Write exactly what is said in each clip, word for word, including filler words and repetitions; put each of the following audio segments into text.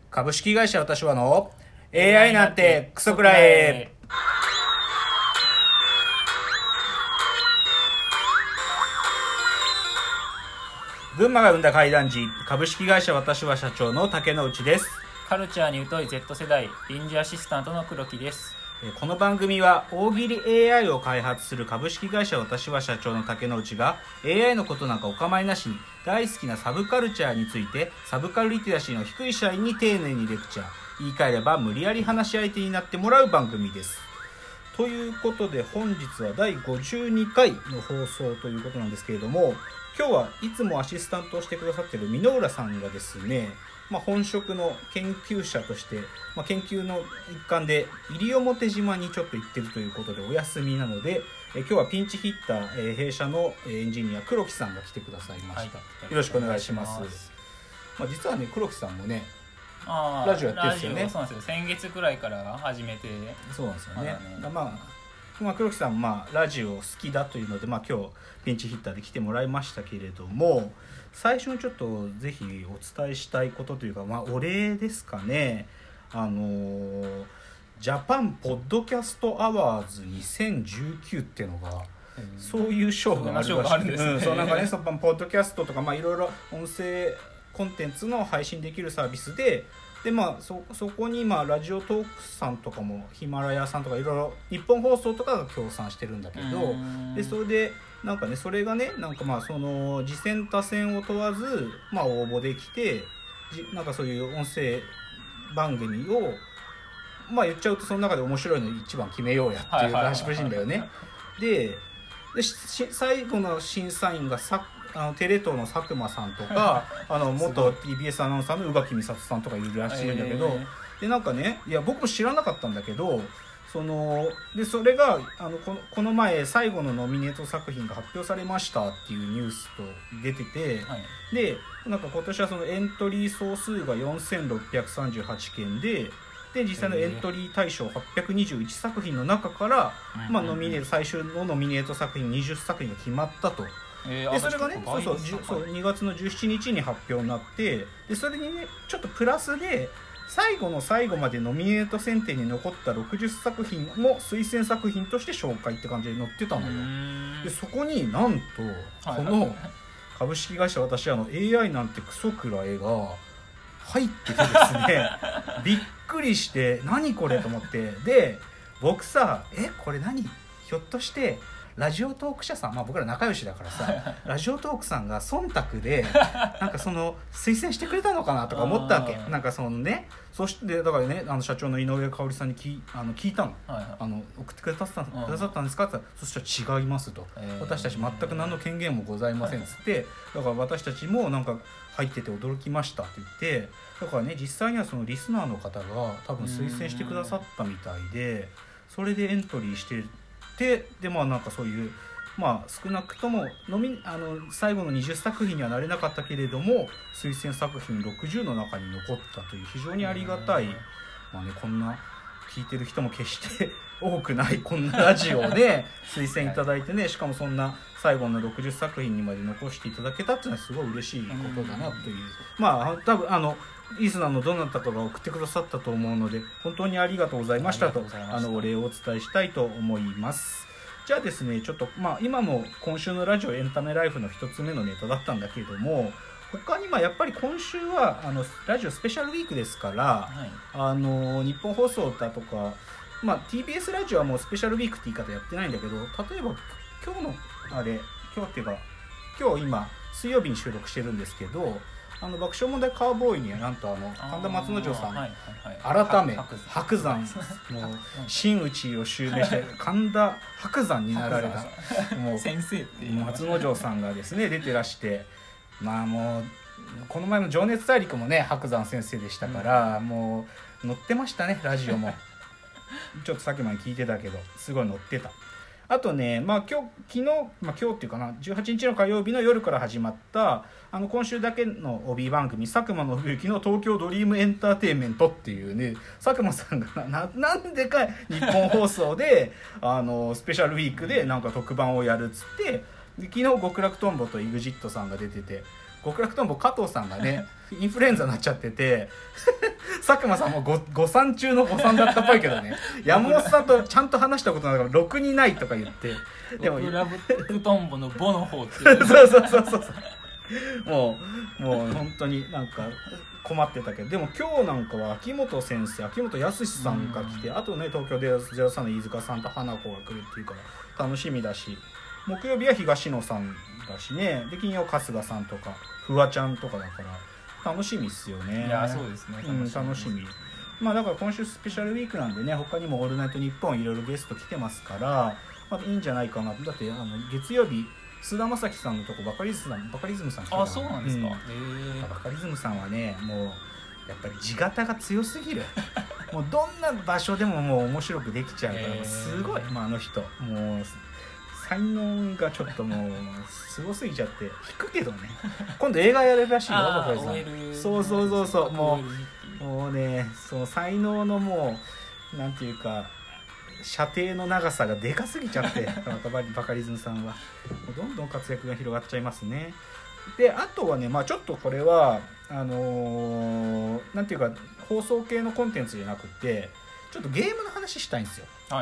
株式会社私はの エーアイ なんてクソくらえ。群馬が生んだ怪談児、株式会社私は社長の竹之内です。 カルチャーに疎い Z 世代、臨時アシスタントの黒木です。 この番組は大喜利 エーアイ を開発する株式会社私は社長の竹之内が エーアイ のことなんかお構いなしに大好きなサブカルチャーについてサブカルリテラシーの低い社員に丁寧にレクチャー、言い換えれば無理やり話し相手になってもらう番組です。ということで本日はだいごじゅうにかいの放送ということなんですけれども、今日はいつもアシスタントをしてくださっている箕浦さんがですね、まあ、本職の研究者として、まあ、研究の一環で西表島にちょっと行ってるということでお休みなので、え今日はピンチヒッター、えー、弊社のエンジニア黒木さんが来てくださいました、はい、よろしくお願いします。まあ、実はね黒木さんもねあラジオやってるんですよね。 そうなんですよ。先月くらいから始めて。 そうなんですよね。 まだね、 まあ、まあ、黒木さん、まあ、ラジオ好きだというので、まあ、今日ピンチヒッターで来てもらいましたけれども、最初にちょっとぜひお伝えしたいことというか、まあ、お礼ですかね。あのジャパンポッドキャストアワーズにせんじゅうきゅうっていうのが、そういう賞があるらしくて、うん、そうなんかね、そのポッドキャストとか、まあ、いろいろ音声コンテンツの配信できるサービスで、でまあ、そ, そこにまあラジオトークさんとかもヒマラヤさんとかいろいろ日本放送とかが協賛してるんだけど、でそれでなんかねそれがねなんかまあその次戦他戦を問わず、まあ、応募できて、なんかそういう音声番組をまあ言っちゃうとその中で面白いの一番決めようやっていう話らしいんだよね。でで最後の審査員がさあのテレ東の佐久間さんとかあの元 ティービーエス アナウンサーの宇垣美里さんとかいるらしいんだけど、えー、でなんかねいや僕も知らなかったんだけど、そのでそれがあのこのこの前最後のノミネート作品が発表されましたっていうニュースと出てて、はい、でなんか今年はそのエントリー総数がよんせんろっぴゃくさんじゅうはちけんで。で実際のエントリー対象はっぴゃくにじゅういちさく品の中から、まあ、ノミネート最終のノミネート作品にじゅっさく品が決まったと。 えー、 でそれがねそうそうそうにがつのじゅうしちにちに発表になって、でそれにねちょっとプラスで最後の最後までノミネート選定に残ったろくじゅっさく品も推薦作品として紹介って感じで載ってたのよ。でそこになんとこの株式会社私あの エーアイ なんてクソくらえが入っててですねびっくりして何これと思って、で僕さえこれ何ひょっとしてラジオトーク社さん、まあ僕ら仲良しだからさラジオトークさんが忖度でなんかその推薦してくれたのかなとか思ったわけ。なんかそのねそしてだからねあの社長の井上香織さんに聞あの聞いたの、はいはい、あの送ってくださったくださったんですかって言ったら、そしたら違いますと、えー、私たち全く何の権限もございませんっつってだから私たちもなんか入ってて驚きましたって言って、だからね実際にはそのリスナーの方が多分推薦してくださったみたいで、それでエントリーしてで, でまあなんかそういうまあ少なくとものみあの最後のにじゅっさく品にはなれなかったけれども推薦作品ろくじゅうの中に残ったという非常にありがたい、まあね、こんな聞いてる人も決して多くないこんなラジオで推薦いただいてね、しかもそんな最後のろくじゅっさく品にまで残していただけたっていうのはすごい嬉しいことだなという、まあ多分あのリスナーのどなたかが送ってくださったと思うので本当にありがとうございましたとあのお礼をお伝えしたいと思います。じゃあですねちょっとまあ今も今週のラジオエンタメライフの一つ目のネタだったんだけれども、他にまあやっぱり今週はあのラジオスペシャルウィークですから、はい、あの日本放送だとか、まあ、ティービーエス ラジオはもうスペシャルウィークって言い方やってないんだけど、例えば今日のあれ今日っていうか今日今水曜日に収録してるんですけど、あの爆笑問題カーボーイにはなんとあの神田松之丞さん、はいはいはい、改め白山もう真打ちを襲名して神田白山になられたもう先生っていう松之丞さんがですね出てらして、まあもうこの前の情熱大陸もね白山先生でしたから、うん、もう乗ってましたねラジオもちょっとさっきまで聞いてたけどすごい乗ってた。あとね、まあ、今日昨日、まあ、今日っていうかなじゅうはちにちの火曜日の夜から始まったあの今週だけの帯番組佐久間信行の東京ドリームエンターテインメントっていうね佐久間さんが な, なんでか日本放送であのスペシャルウィークでなんか特番をやるっつって、で昨日極楽とんぼと イグジット さんが出てて、 極楽とんぼ加藤さんがねインフルエンザになっちゃってて佐久間さんもご誤算中の誤算だったっぽいけどね山本さんとちゃんと話したことなんかろくにないとか言ってでも極楽とんぼのボの方っていうそうそうそうそうもうもう本当になんか困ってたけど、でも今日なんかは秋元先生秋元康さんが来て、あとね東京でゼロさんの飯塚さんと花子が来るっていうから楽しみだし、木曜日は東野さんだしね、で金曜春日さんとかフワちゃんとかだから楽しみっすよね。 いやそうですね、 うん、楽しみ。まあだから今週スペシャルウィークなんでね、他にもオールナイトニッポンいろいろゲスト来てますから、まあ、いいんじゃないかな。だってあの月曜日菅田将暉さんのとこバカリズムさんバカリズムさん来てた。 あ、そうなんですか、うん、へバカリズムさんはねもうやっぱり地形が強すぎるもうどんな場所でももう面白くできちゃうから、すごい、まあ、あの人もう才能がちょっともうすごすぎちゃって引くけどね今度映画やるらしいよバカリさん。そうそうそうそうもうもうねその才能のもうなんていうか射程の長さがでかすぎちゃってバカリズムさんはもうどんどん活躍が広がっちゃいますね。であとはね、まあ、ちょっとこれはあのー、なんていうか放送系のコンテンツじゃなくてちょっとゲームの話したいんですよ。 はいはい、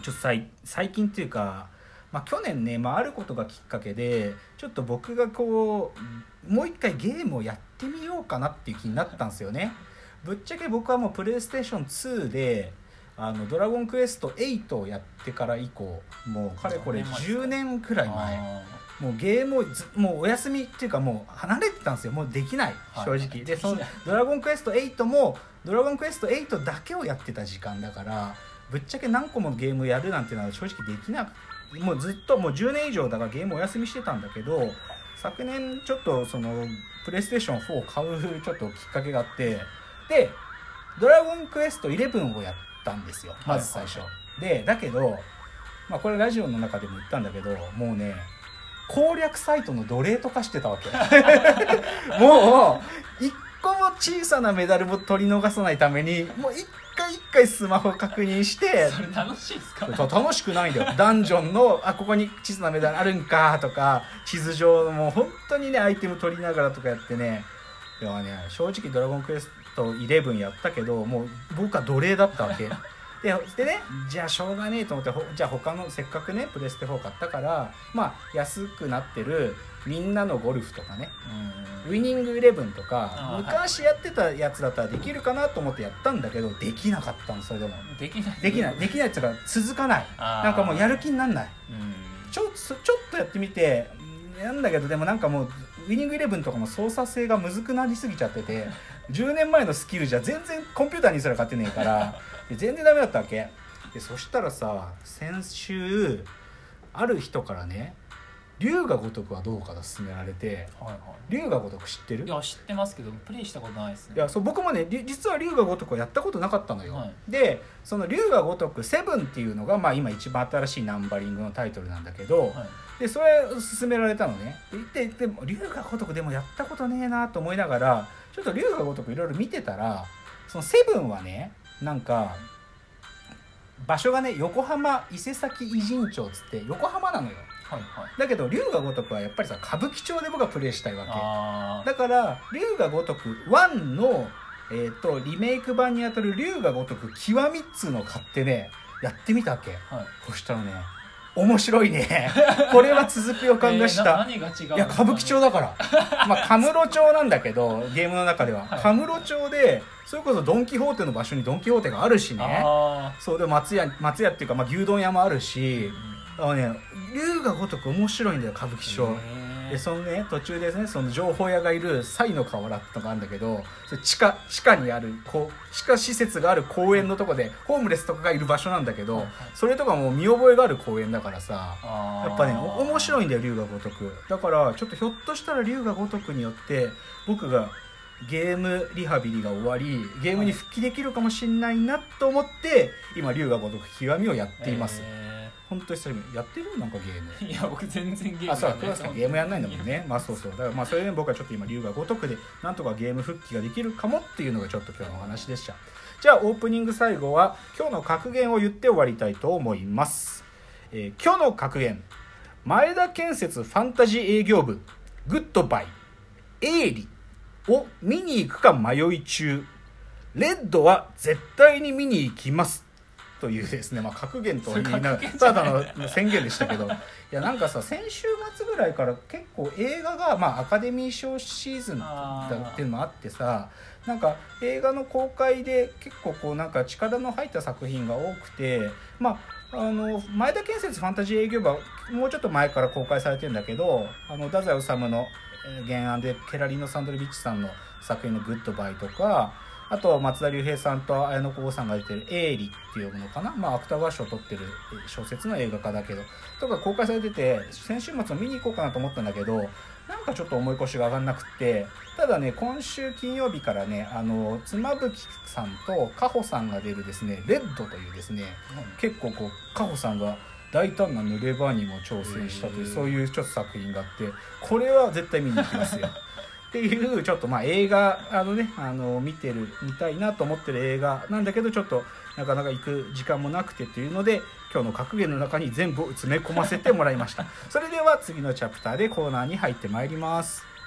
ちょっと最最近っていうか、まあ、去年ね、まあ、あることがきっかけでちょっと僕がこうもう一回ゲームをやってみようかなっていう気になったんですよね。ぶっちゃけ僕はもうプレイステーションツーであのドラゴンクエストエイトをやってから以降もうかれこれじゅうねんくらい前もうゲームをずもうお休みっていうかもう離れてたんですよ。もうできない正直、はい、でそのドラゴンクエストエイトもドラゴンクエストエイトだけをやってた時間だからぶっちゃけ何個もゲームやるなんていうのは正直できなくもうずっともうじゅうねん以上だからゲームお休みしてたんだけど、昨年ちょっとそのプレイステーションフォーを買うちょっときっかけがあってでドラゴンクエストイレブンをやったんですよまず最初、はいはいはい、でだけど、まあ、これラジオの中でも言ったんだけどもうね攻略サイトの奴隷と化してたわけもう一個も小さなメダルも取り逃さないためにもう一回一回スマホ確認してそれ楽しいですか？ 楽しくないんだよダンジョンのあここに小さなメダルあるんかとか地図上もう本当にねアイテム取りながらとかやってね、いやね正直ドラゴンクエストイレブンやったけどもう僕は奴隷だったわけで, でねじゃあしょうがねえと思ってじゃあ他のせっかくねプレステフォー買ったからまあ安くなってるみんなのゴルフとかねウィニングイレブンとか昔やってたやつだったらできるかなと思ってやったんだけどできなかったの。それでもできないできないできないっていうか続かない、なんかもうやる気になんない、ちょ, ちょっとやってみてなんだけどでもなんかもうウィニングイレブンとかも操作性がむずくなりすぎちゃっててじゅうねんまえのスキルじゃ全然コンピューターにすら勝てねえから全然ダメだったわけで、そしたらさ先週ある人からね龍が如くはどうかと勧められて、はいはい、龍が如く知ってる？ いや知ってますけどプレイしたことないですね。 いやそう僕もね実は龍が如くはやったことなかったのよ、はい、でその龍が如くセブンっていうのが、まあ、今一番新しいナンバリングのタイトルなんだけど、はい、でそれを勧められたのね。ででも龍が如くでもやったことねえなと思いながらちょっと龍が如くいろいろ見てたらそのセブンはねなんか場所がね横浜伊勢崎偉人町つって横浜なのよ、はいはい、だけど龍が如くはやっぱりさ歌舞伎町で僕はプレイしたいわけだから龍が如くワンの、えー、とリメイク版にあたる龍が如く極みっつうのを買ってねやってみたわけ、はい、そしたらね面白いねこれは続く予感がした、 えー、何が違うんですかね。 いや歌舞伎町だからまあカムロ町なんだけどゲームの中では、はい、カムロ町でそれこそドン・キホーテの場所にドン・キホーテがあるしね、そうで松屋松屋っていうか、まあ、牛丼屋もあるし、うん、あのね龍が如く面白いんだよ歌舞伎町で。そのね途中でねその情報屋がいるサイの河原ってのがあるんだけどそれ地下地下にあるこう地下施設がある公園のとこでホームレスとかがいる場所なんだけどそれとかも見覚えがある公園だからさやっぱね面白いんだよ龍が如くだからちょっとひょっとしたら龍が如くによって僕がゲームリハビリが終わりゲームに復帰できるかもしれないなと思って今龍が如く極みをやっています、えー、本当にそれやってるなんかゲームいや僕全然ゲームやんない。あそうそうゲームやんないんだもんね。まあそうそうだからまあそれで僕はちょっと今龍が如くでなんとかゲーム復帰ができるかもっていうのがちょっと今日のお話でした。じゃあオープニング最後は今日の格言を言って終わりたいと思います、えー、今日の格言前田建設ファンタジー営業部グッドバイエイリを見に行くか迷い中、レッドは絶対に見に行きますというですね、まあ、格言とは言いながらただの宣言でしたけど、いやなんかさ、先週末ぐらいから結構映画が、まあ、アカデミー賞シーズンだっていうのもあってさ、なんか映画の公開で結構こうなんか力の入った作品が多くて、まああの前田建設ファンタジー営業部はもうちょっと前から公開されてるんだけど、あの太宰治の原案でケラリーノ・サンドロビッチさんの作品のグッドバイとか、あと松田龍平さんと綾野剛さんが出てるエイリっていうものかな、まあ芥川賞を取ってる小説の映画化だけどとか公開されてて、先週末見に行こうかなと思ったんだけど、なんかちょっと思い越しが上がんなくって、ただね今週金曜日からね、あの妻夫木さんとカホさんが出るですねレッドというですね、うん、結構こうカホさんが大胆な濡れ場にも挑戦したという、そういうちょっと作品があって、これは絶対見に行きますよっていうちょっとまあ映画あのねあの見てる見たいなと思ってる映画なんだけど、ちょっとなかなか行く時間もなくてというので、今日の格言の中に全部詰め込ませてもらいました。それでは次のチャプターでコーナーに入ってまいります。